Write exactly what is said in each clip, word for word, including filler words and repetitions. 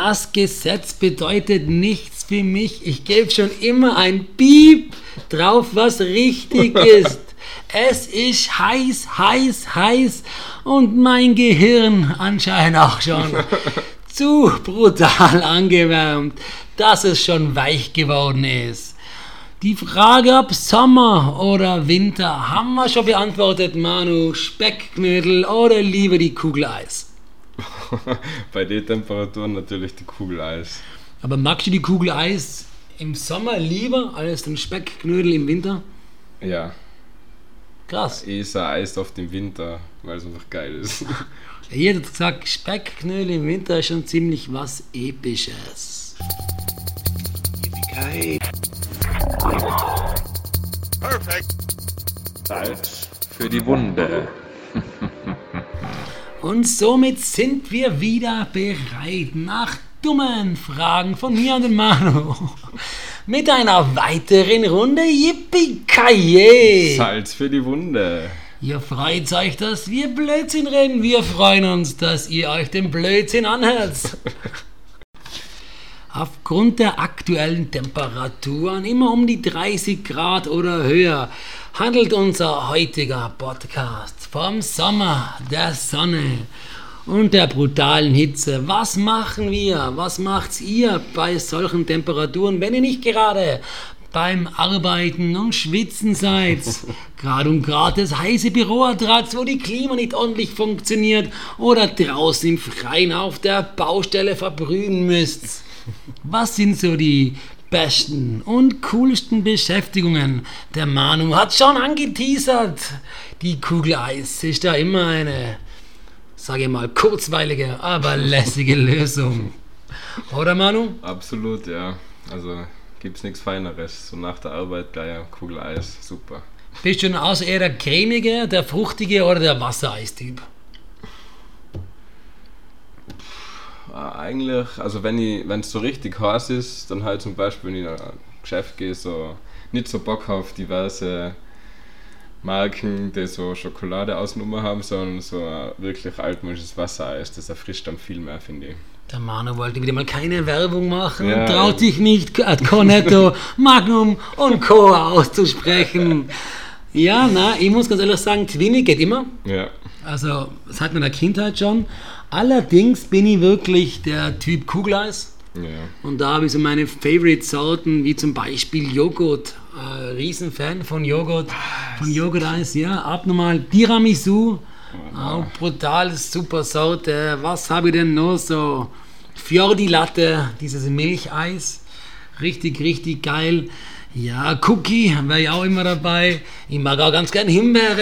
Das Gesetz bedeutet nichts für mich. Ich gebe schon immer ein Piep drauf, was richtig ist. Es ist heiß, heiß, heiß und mein Gehirn anscheinend auch schon zu brutal angewärmt, dass es schon weich geworden ist. Die Frage, ob Sommer oder Winter, haben wir schon beantwortet, Manu. Speckknödel oder lieber die Kugel Eis? Bei den Temperaturen natürlich die Kugel Eis. Aber magst du die Kugel Eis im Sommer lieber als den Speckknödel im Winter? Ja. Krass. Ich sage Eis auf den Winter, weil es einfach geil ist. Jeder hat gesagt, Speckknödel im Winter ist schon ziemlich was Episches. Geil. Perfekt. Zeit für die Wunde. Und somit sind wir wieder bereit nach dummen Fragen von mir und dem Manu. Mit einer weiteren Runde Yippie-Ki-Yay! Salz für die Wunde. Ihr freut euch, dass wir Blödsinn reden. Wir freuen uns, dass ihr euch den Blödsinn anhört. Aufgrund der aktuellen Temperaturen, immer um die dreißig Grad oder höher, handelt unser heutiger Podcast vom Sommer, der Sonne und der brutalen Hitze. Was machen wir? Was macht ihr bei solchen Temperaturen, wenn ihr nicht gerade beim Arbeiten und Schwitzen seid? Gerade und gerade das heiße Büroadratz, wo die Klima nicht ordentlich funktioniert oder draußen im Freien auf der Baustelle verbrühen müsst. Was sind so die besten und coolsten Beschäftigungen? Der Manu hat schon angeteasert. Die Kugel Eis ist da immer eine, sage ich mal, kurzweilige, aber lässige Lösung. Oder Manu? Absolut, ja. Also gibt's nichts Feineres. So nach der Arbeit gleich eine Kugel Eis, super. Bist du denn außer eher der cremige, der fruchtige oder der Wassereistyp? Eigentlich, also wenn ich, wenn es so richtig heiß ist, dann halt zum Beispiel, wenn ich in ein Geschäft gehe, so nicht so Bock auf diverse Marken, die so Schokolade außenrum haben, sondern so ein wirklich altmodisches Wassereis, das erfrischt dann viel mehr, finde ich. Der Manu wollte wieder mal keine Werbung machen Ja, und traut sich nicht, Cornetto, Magnum und Co. auszusprechen. Ja, na, ich muss ganz ehrlich sagen, Twinnie geht immer. Ja. Also, das hat man in der Kindheit schon. Allerdings bin ich wirklich der Typ Kugeleis. Ja. Und da habe ich so meine Favorite-Sorten, wie zum Beispiel Joghurt. Äh, Riesenfan von Joghurt, von Joghurt-Eis, ja, abnormal. Tiramisu, auch brutal, super Sorte. Was habe ich denn noch so? Fiordi Latte, dieses Milcheis, richtig, richtig geil. Ja, Cookie wäre ich auch immer dabei. Ich mag auch ganz gern Himbeere.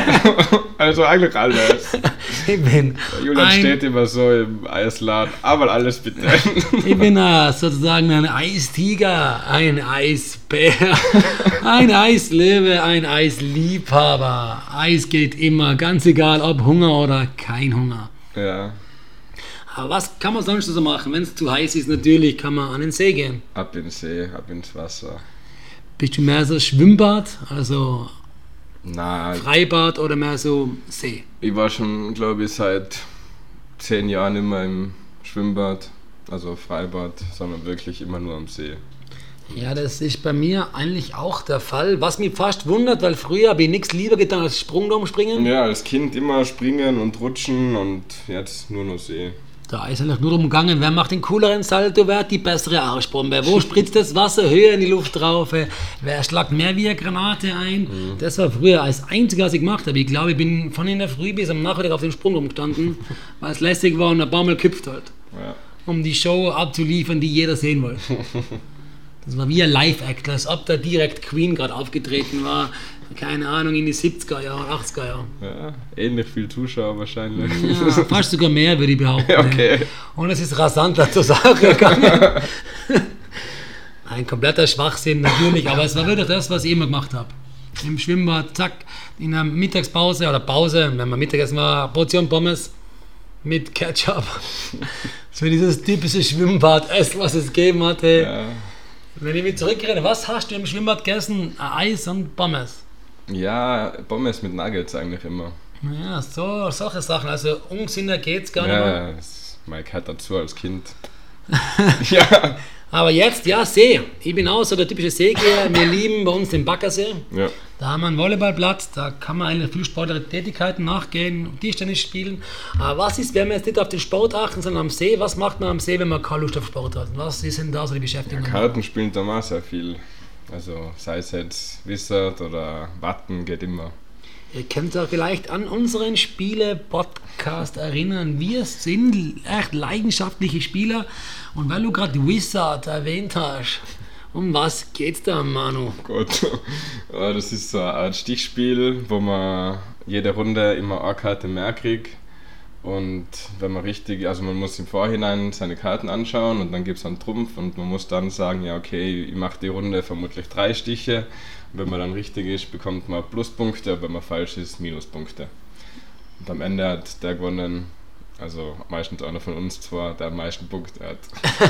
Also eigentlich alles. Ich bin Julian ein, steht immer so im Eisladen, aber alles bitte. ich bin uh, sozusagen ein Eistiger, ein Eisbär, ein Eislöwe, ein Eisliebhaber. Eis geht immer, ganz egal ob Hunger oder kein Hunger. Ja, Aber was kann man sonst so machen? Wenn es zu heiß ist, natürlich kann man an den See gehen. ab in den See, ab ins Wasser. Bist du mehr so Schwimmbad, also Nein, Freibad oder mehr so See? ich war schon, glaube ich, seit zehn Jahren immer im Schwimmbad, also Freibad, sondern wirklich immer nur am See. Ja, das ist bei mir eigentlich auch der Fall. Was mich fast wundert, weil früher habe ich nichts lieber getan als Sprungturm springen. Ja, als Kind immer springen und rutschen und jetzt nur noch See. Da ist eigentlich nur darum gegangen, wer macht den cooleren Salto, wer hat die bessere Arschbombe, wo spritzt das Wasser höher in die Luft drauf, wer schlagt mehr wie eine Granate ein. Mhm. Das war früher als einziges, was ich gemacht habe. Ich glaube, ich bin von in der Früh bis am Nachmittag auf dem Sprung rumgestanden, weil es lässig war und ein paar Mal geküpft halt. Ja. Um die Show abzuliefern, die jeder sehen wollte. Das war wie ein Live-Act, als ob da direkt Queen gerade aufgetreten war. Keine Ahnung, in die siebziger Jahre, achtziger Jahre. Ja, ähnlich viel Zuschauer wahrscheinlich. Ja, fast sogar mehr, würde ich behaupten. Okay. Und es ist rasanter zur Sache gegangen. Ein kompletter Schwachsinn natürlich, aber es war wirklich das, was ich immer gemacht habe. Im Schwimmbad, zack, in der Mittagspause oder Pause, wenn man Mittagessen war, eine Portion Pommes mit Ketchup. So dieses typische Schwimmbad-Essen, was es gegeben hatte. Ja. Wenn ich mich zurückrede, was hast du im Schwimmbad gegessen? Eis und Pommes. Ja, Pommes mit Nuggets eigentlich immer. Ja, so, solche Sachen. Also ungesünder geht's gar nicht mehr. Ja, das, man gehört dazu als Kind. Ja. Aber jetzt, ja, See. Ich bin auch so der typische Seegeher. Wir lieben bei uns den Baggersee. Ja. Da haben wir einen Volleyballplatz, da kann man eigentlich viel sportliche Tätigkeiten nachgehen, Tischtennis spielen. Aber was ist, wenn wir jetzt nicht auf den Sport achten, sondern am See? Was macht man am See, wenn man keine Lust auf Sport hat? Was sind da so die Beschäftigungen? Ja, Karten spielen da mal sehr viel. Also sei es jetzt Wizard oder Watten, geht immer. Ihr könnt euch vielleicht an unseren Spiele-Podcast erinnern. Wir sind echt leidenschaftliche Spieler. Und weil du gerade Wizard erwähnt hast, um was geht's da, Manu? Gut, ja, das ist so eine Art Stichspiel, wo man jede Runde immer eine Karte mehr kriegt. Und wenn man richtig, also man muss im Vorhinein seine Karten anschauen und dann gibt es einen Trumpf und man muss dann sagen, ja okay, ich mache die Runde vermutlich drei Stiche. Und wenn man dann richtig ist, bekommt man Pluspunkte, wenn man falsch ist, Minuspunkte. Und am Ende hat der gewonnen, also meistens einer von uns zwar, der am meisten Punkte hat.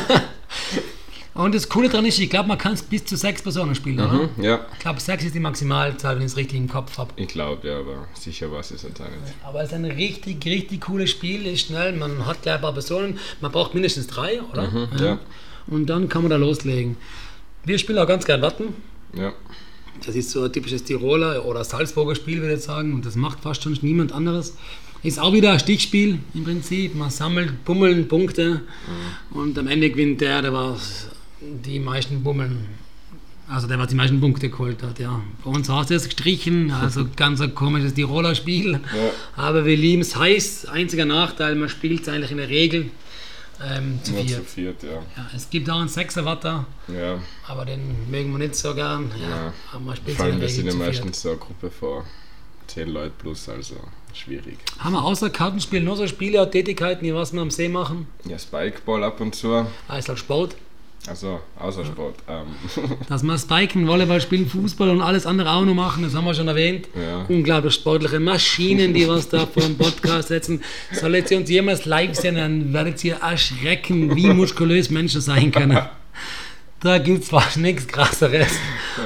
Und das Coole daran ist, ich glaube, man kann es bis zu sechs Personen spielen, oder? Mhm, ja. Ich glaube, sechs ist die Maximalzahl, wenn ich es richtig im Kopf habe. Ich glaube, ja, aber sicher was ist es nicht. Aber es ist ein richtig, richtig cooles Spiel, ist schnell, man hat gleich ein paar Personen, man braucht mindestens drei, oder? Mhm, ja. ja. Und dann kann man da loslegen. Wir spielen auch ganz gern Watten. Ja. Das ist so ein typisches Tiroler oder Salzburger Spiel, würde ich sagen. Und das macht fast schon niemand anderes. Ist auch wieder ein Stichspiel im Prinzip. Man sammelt Bummeln, Punkte. Mhm. Und am Ende gewinnt der, der was die meisten Bummeln, also der was die meisten Punkte geholt hat. Ja. Bei uns hast du es gestrichen, also ganz ein komisches Tiroler Spiel. Ja. Aber wir lieben es heiß. Einziger Nachteil, man spielt es eigentlich in der Regel ähm, zu Nur viert. zu viert, ja. Ja, es gibt auch einen Sechser-Watter. Ja. Aber den mögen wir nicht so gern. Ja, ja. Aber man spielt Vor allem, wir in sind der ja Regel zu meistens so eine Gruppe vor zehn Leute plus, also schwierig. Haben wir außer Kartenspielen noch so Spiele oder Tätigkeiten, die was wir am See machen? Ja, Spikeball ab und zu. Ah, ist halt Sport. Also, außer Sport. Ähm. Dass wir Spiken, Volleyball spielen, Fußball und alles andere auch noch machen, das haben wir schon erwähnt. Ja. Unglaublich sportliche Maschinen, die was da vor dem Podcast setzen. Solltet ihr uns jemals live sehen, dann werdet ihr erschrecken, wie muskulös Menschen sein können. Da gibt es fast nichts Krasseres.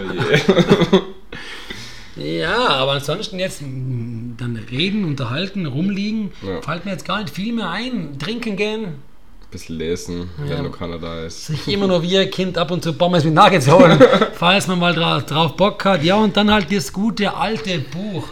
Oh je. Ja, aber ansonsten jetzt m, dann reden, unterhalten, rumliegen, Ja. fällt mir jetzt gar nicht viel mehr ein. Trinken gehen, Ein bisschen lesen, Ja. wenn noch keiner da ist. sich immer noch wie ein Kind ab und zu Pommes mit Nuggets holen, falls man mal dra drauf Bock hat. Ja, und dann halt das gute alte Buch.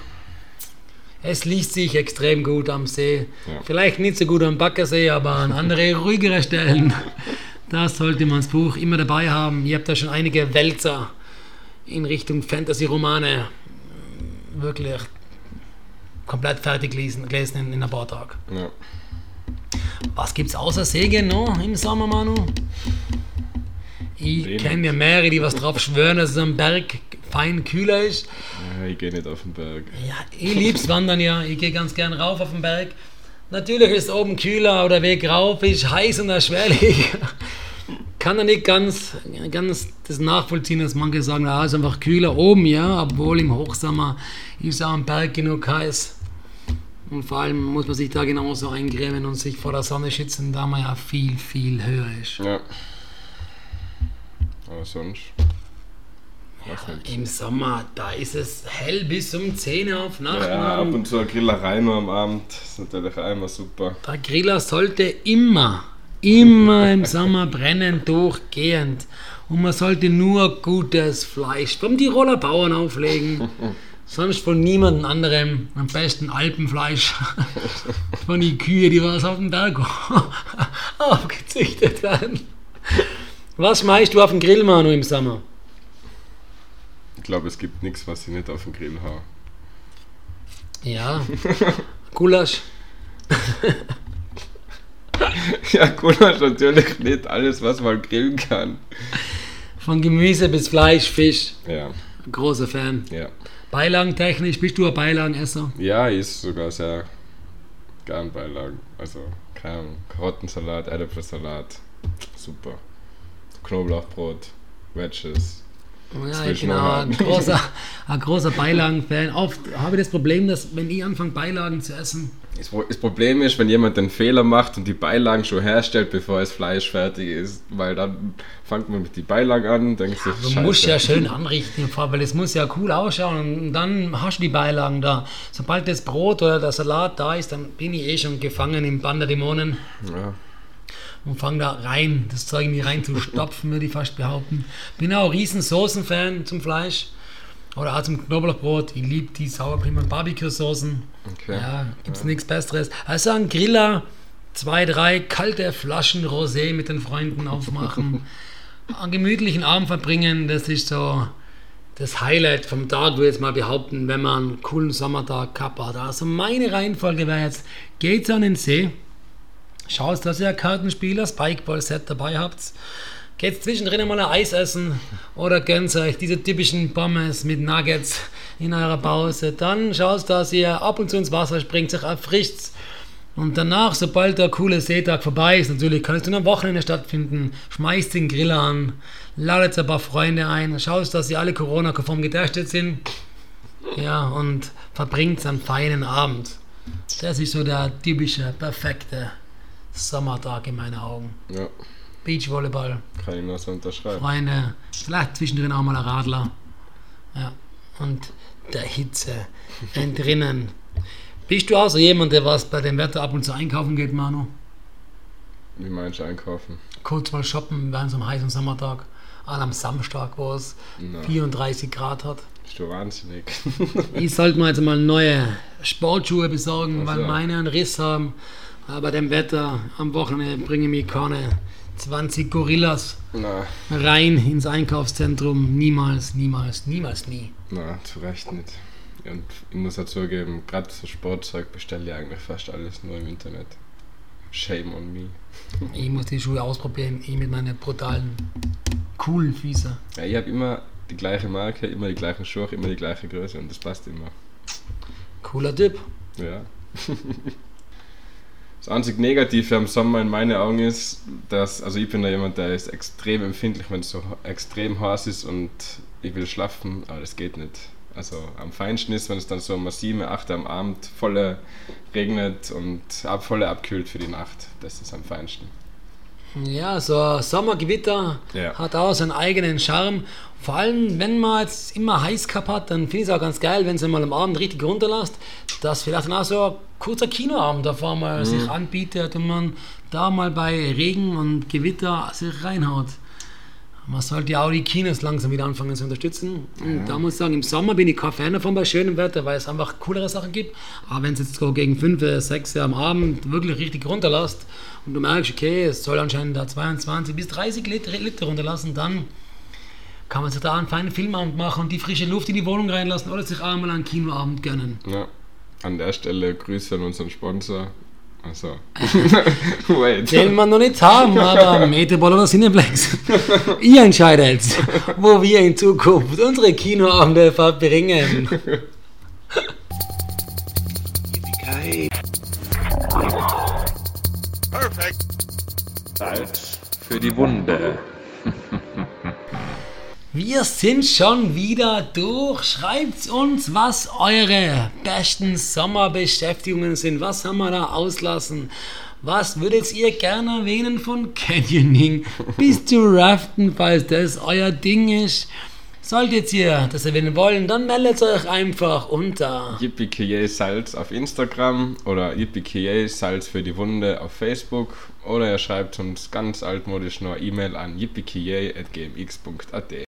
Es liest sich extrem gut am See. Ja. Vielleicht nicht so gut am Baggersee, aber an andere ruhigere Stellen. Da sollte man das Buch immer dabei haben. Ihr habt da schon einige Wälzer in Richtung Fantasy-Romane wirklich komplett fertig gelesen, gelesen in, in ein paar Tagen. Ja. Was gibt es außer Segeln noch im Sommer, Manu? Ich Wenig. kenne ja mehrere, die was drauf schwören, dass es am Berg fein kühler ist. Ja, ich gehe nicht auf den Berg. Ja, ich lieb's Wandern ja. Ich gehe ganz gern rauf auf den Berg. Natürlich ist oben kühler, aber der Weg rauf ist heiß und erschwerlich. Kann er nicht ganz, ganz das nachvollziehen, dass manche sagen, ah, es ist einfach kühler oben, ja, obwohl im Hochsommer ist auch am Berg genug heiß. Und vor allem muss man sich da genauso eingrämen und sich vor der Sonne schützen, da man ja viel, viel höher ist. Ja. Aber sonst. Was nicht. Im Sommer, da ist es hell bis um zehn Uhr auf Nacht. Ja, ab Mann. und zu eine Grillerei nur am Abend. Das ist natürlich auch immer super. Der Griller sollte immer, immer im Sommer brennen, durchgehend. Und man sollte nur gutes Fleisch vom Tiroler Bauern auflegen. Sonst von niemandem anderem. Am besten Alpenfleisch. Von den Kühe, die was auf dem Berg aufgezüchtet werden. Was schmeißt du auf den Grill, Manu, im Sommer? Ich glaube, es gibt nichts, was ich nicht auf den Grill habe. Ja, Gulasch. Ja, Gulasch natürlich nicht alles, was man grillen kann. Von Gemüse bis Fleisch, Fisch. Ja, Großer Fan. ja. Beilagentechnisch, bist du ein Beilagenesser? Ja, ich esse sogar sehr gern Beilagen. Also, keine Ahnung, Karottensalat, Erdäpfelsalat, super. Knoblauchbrot, Wedges. Ja, ich Zwischen bin auch ein Haaren. großer, ein großer Beilagen-Fan. Oft habe ich das Problem, dass wenn ich anfange, Beilagen zu essen, Das Pro- das Problem ist, wenn jemand den Fehler macht und die Beilagen schon herstellt, bevor das Fleisch fertig ist, weil dann fängt man mit die Beilagen an und denkt sich, du Scheiße. musst ja schön anrichten, weil es muss ja cool ausschauen und dann hast du die Beilagen da. Sobald das Brot oder der Salat da ist, dann bin ich eh schon gefangen im Bann der Dämonen. Ja, und fange da rein, das Zeug in die rein zu stopfen, würde ich fast behaupten. Bin auch ein riesen Soßen-Fan zum Fleisch oder auch zum Knoblauchbrot. Ich liebe die Sour Cream und Barbecue-Soßen. Okay. Ja, gibt es ja. nichts Besseres. Also ein Griller, zwei, drei kalte Flaschen Rosé mit den Freunden aufmachen, einen gemütlichen Abend verbringen, das ist so das Highlight vom Tag, würde ich jetzt mal behaupten, wenn man einen coolen Sommertag gehabt hat. Also meine Reihenfolge wäre jetzt, geht's an den See, schaut, dass ihr ein Kartenspiel, Spikeball-Set dabei habt, geht zwischendrin mal ein Eis essen oder gönnt euch diese typischen Pommes mit Nuggets in eurer Pause. Dann schaut, dass ihr ab und zu ins Wasser springt, sich erfrischt. Und danach, sobald der coole Seetag vorbei ist, natürlich kann es dann am Wochenende stattfinden, schmeißt den Grill an, ladet ein paar Freunde ein, schaut, dass sie alle Corona-konform getestet sind, ja, und verbringt einen feinen Abend. Das ist so der typische, perfekte Sommertag in meinen Augen. Ja. Beachvolleyball. Kann ich nur so unterschreiben. Freunde, vielleicht zwischendrin auch mal ein Radler. Ja, und der Hitze entrinnen. Bist du auch so jemand, der was bei dem Wetter ab und zu einkaufen geht, Manu? Wie meinst du einkaufen? Kurz mal shoppen während so einem heißen Sommertag. An einem Samstag, wo es no. vierunddreißig Grad hat. Bist du wahnsinnig. Ich sollte mir jetzt mal neue Sportschuhe besorgen, also. Weil meine einen Riss haben. Aber bei dem Wetter am Wochenende bringe ich mir keine zwanzig Gorillas Na. rein ins Einkaufszentrum. Niemals, niemals, niemals, nie. Na, zu Recht nicht. Und ich muss dazu zugeben, gerade so Sportzeug bestelle ich eigentlich fast alles nur im Internet. Shame on me. Ich muss die Schuhe ausprobieren, ich mit meinen brutalen, coolen Füßen. Ja, ich habe immer die gleiche Marke, immer die gleichen Schuhe, immer die gleiche Größe und das passt immer. Cooler Typ. Ja. Das einzig Negative am Sommer in meinen Augen ist, dass, also ich bin da jemand, der ist extrem empfindlich, wenn es so extrem heiß ist und ich will schlafen, aber das geht nicht. Also am feinsten ist, wenn es dann so um sieben, acht am Abend voll regnet und ab, voll abkühlt für die Nacht. Das ist am feinsten. Ja, so ein Sommergewitter ja. hat auch seinen eigenen Charme. Vor allem, wenn man jetzt immer heiß gehabt hat, dann finde ich es auch ganz geil, wenn es mal am Abend richtig runterlässt, dass vielleicht dann auch so ein kurzer Kinoabend davor mal mhm. sich anbietet und man da mal bei Regen und Gewitter sich reinhaut. Man sollte ja auch die Kinos langsam wieder anfangen zu unterstützen. Und ja. da muss ich sagen, im Sommer bin ich kein Fan davon bei schönem Wetter, weil es einfach coolere Sachen gibt. Aber wenn es jetzt so gegen fünf, sechs am Abend wirklich richtig runterlässt und du merkst, okay, es soll anscheinend da zweiundzwanzig bis dreißig Liter, Liter runterlassen, dann kann man sich da einen feinen Filmabend machen und die frische Luft in die Wohnung reinlassen oder sich auch mal einen Kinoabend gönnen. Ja, an der Stelle Grüße an unseren Sponsor. Also, wait. Den wir noch nicht haben, aber Metaball oder Cineplex. Ihr entscheidet, wo wir in Zukunft unsere Kinoabende verbringen. Perfekt. Salz für die Wunde. Wir sind schon wieder durch. Schreibt uns, was eure besten Sommerbeschäftigungen sind. Was haben wir da auslassen? Was würdet ihr gerne erwähnen von Canyoning bis zu Raften, falls das euer Ding ist? Solltet ihr das erwähnen wollen, dann meldet euch einfach unter yippie Salz auf Instagram oder yippie Salz für die Wunde auf Facebook oder ihr schreibt uns ganz altmodisch noch E-Mail an yippie at gmx punkt at.